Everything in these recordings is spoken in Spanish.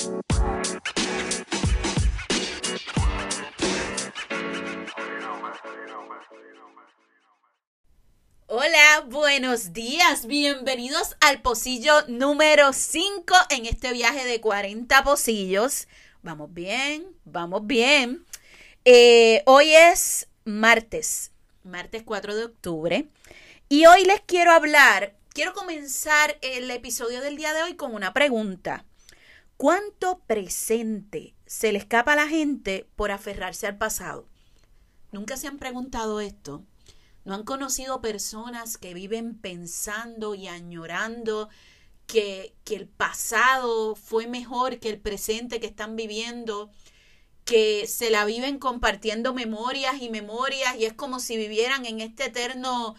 Hola, buenos días, bienvenidos al pocillo número 5 en este viaje de 40 pocillos. Vamos bien, vamos bien. Hoy es martes 4 de octubre y hoy les quiero comenzar el episodio del día de hoy con una pregunta. ¿Cuánto presente se le escapa a la gente por aferrarse al pasado? ¿Nunca se han preguntado esto? ¿No han conocido personas que viven pensando y añorando que el pasado fue mejor que el presente que están viviendo? Que se la viven compartiendo memorias y es como si vivieran en este eterno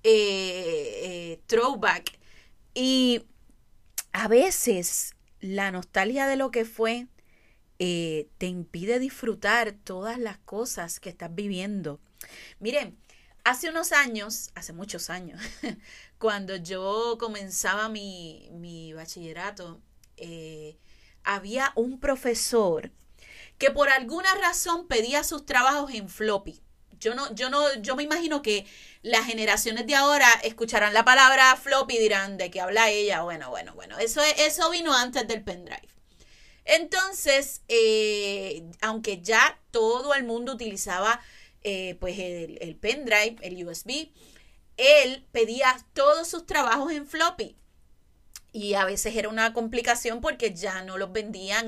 throwback. Y a veces la nostalgia de lo que fue te impide disfrutar todas las cosas que estás viviendo. Miren, hace muchos años, cuando yo comenzaba mi bachillerato, había un profesor que por alguna razón pedía sus trabajos en floppy. Yo me imagino que las generaciones de ahora escucharán la palabra floppy y dirán, ¿de qué habla ella? Bueno, eso vino antes del pendrive. Entonces, aunque ya todo el mundo utilizaba pues el pendrive, el USB, él pedía todos sus trabajos en floppy. Y a veces era una complicación porque ya no los vendían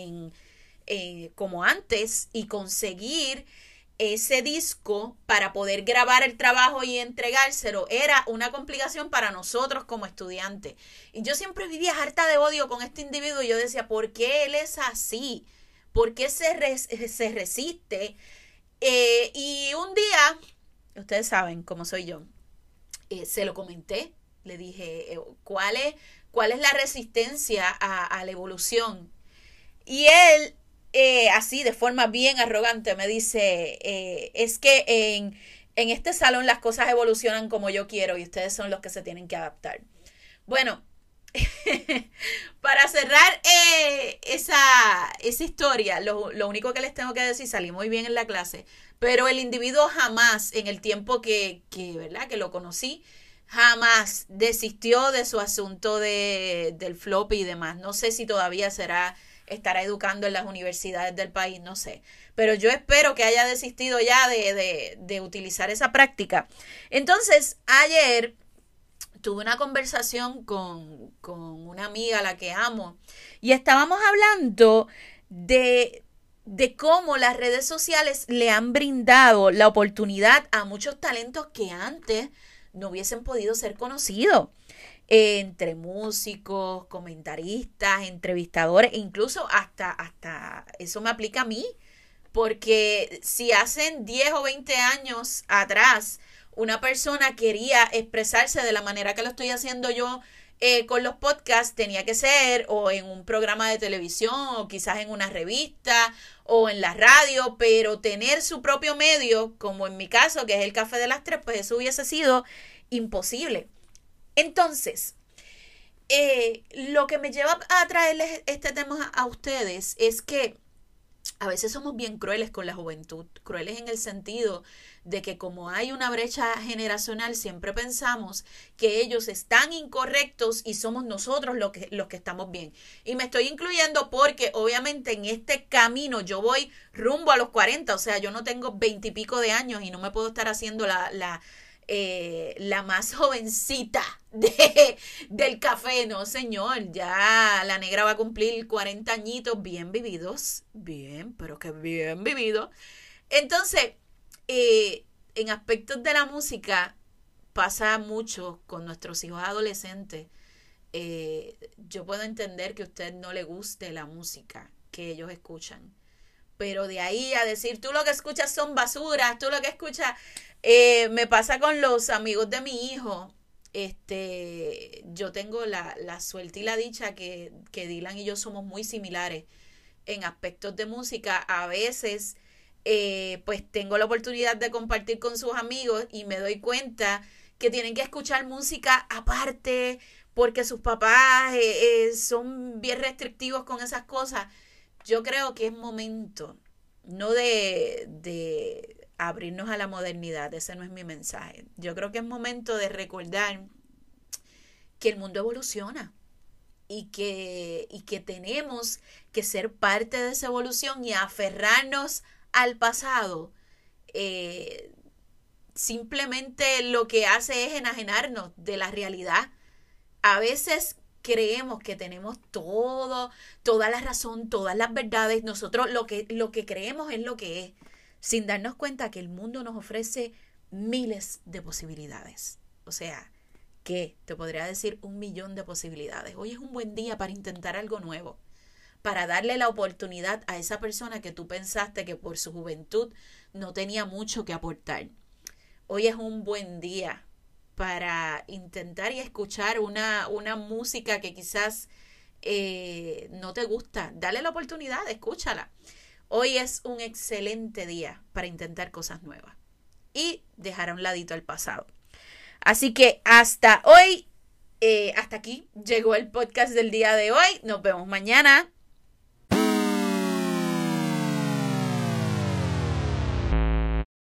como antes, y conseguir ese disco para poder grabar el trabajo y entregárselo era una complicación para nosotros como estudiantes. Y yo siempre vivía harta de odio con este individuo y yo decía, ¿por qué él es así? ¿Por qué se resiste? Y un día, ustedes saben cómo soy yo, se lo comenté, le dije, ¿cuál es la resistencia a la evolución? Y él, así de forma bien arrogante, me dice, es que en este salón las cosas evolucionan como yo quiero y ustedes son los que se tienen que adaptar. Bueno, para cerrar esa historia, lo único que les tengo que decir, salí muy bien en la clase, pero el individuo jamás, en el tiempo que lo conocí, jamás desistió de su asunto del floppy y demás. No sé si todavía estará educando en las universidades del país, no sé. Pero yo espero que haya desistido ya de utilizar esa práctica. Entonces, ayer tuve una conversación con una amiga a la que amo y estábamos hablando de cómo las redes sociales le han brindado la oportunidad a muchos talentos que antes no hubiesen podido ser conocidos. Entre músicos, comentaristas, entrevistadores, incluso hasta eso me aplica a mí, porque si hacen 10 o 20 años atrás una persona quería expresarse de la manera que lo estoy haciendo yo con los podcasts, tenía que ser o en un programa de televisión o quizás en una revista o en la radio, pero tener su propio medio, como en mi caso, que es el Café de las Tres, pues eso hubiese sido imposible. Entonces, lo que me lleva a traerles este tema a ustedes es que a veces somos bien crueles con la juventud, crueles en el sentido de que como hay una brecha generacional, siempre pensamos que ellos están incorrectos y somos nosotros los que estamos bien. Y me estoy incluyendo porque obviamente en este camino yo voy rumbo a los 40, o sea, yo no tengo 20 y pico de años y no me puedo estar haciendo la más jovencita del café, no señor, ya la negra va a cumplir 40 añitos bien vividos, bien, pero que bien vividos. Entonces, en aspectos de la música pasa mucho con nuestros hijos adolescentes. Yo puedo entender que a usted no le guste la música que ellos escuchan, pero de ahí a decir, tú lo que escuchas son basuras, tú lo que escuchas... me pasa con los amigos de mi hijo. Yo tengo la suerte y la dicha que Dylan y yo somos muy similares en aspectos de música. A veces pues tengo la oportunidad de compartir con sus amigos y me doy cuenta que tienen que escuchar música aparte porque sus papás son bien restrictivos con esas cosas. Yo creo que es momento, no de abrirnos a la modernidad, ese no es mi mensaje. Yo creo que es momento de recordar que el mundo evoluciona y que tenemos que ser parte de esa evolución y aferrarnos al pasado. Simplemente lo que hace es enajenarnos de la realidad. A veces creemos que tenemos toda la razón, todas las verdades. Nosotros lo que creemos es lo que es, sin darnos cuenta que el mundo nos ofrece miles de posibilidades. O sea, ¿qué? Te podría decir 1.000.000 de posibilidades. Hoy es un buen día para intentar algo nuevo, para darle la oportunidad a esa persona que tú pensaste que por su juventud no tenía mucho que aportar. Hoy es un buen día para intentar y escuchar una música que quizás no te gusta. Dale la oportunidad, escúchala. Hoy es un excelente día para intentar cosas nuevas y dejar a un ladito el pasado. Así que hasta hoy, hasta aquí llegó el podcast del día de hoy. Nos vemos mañana.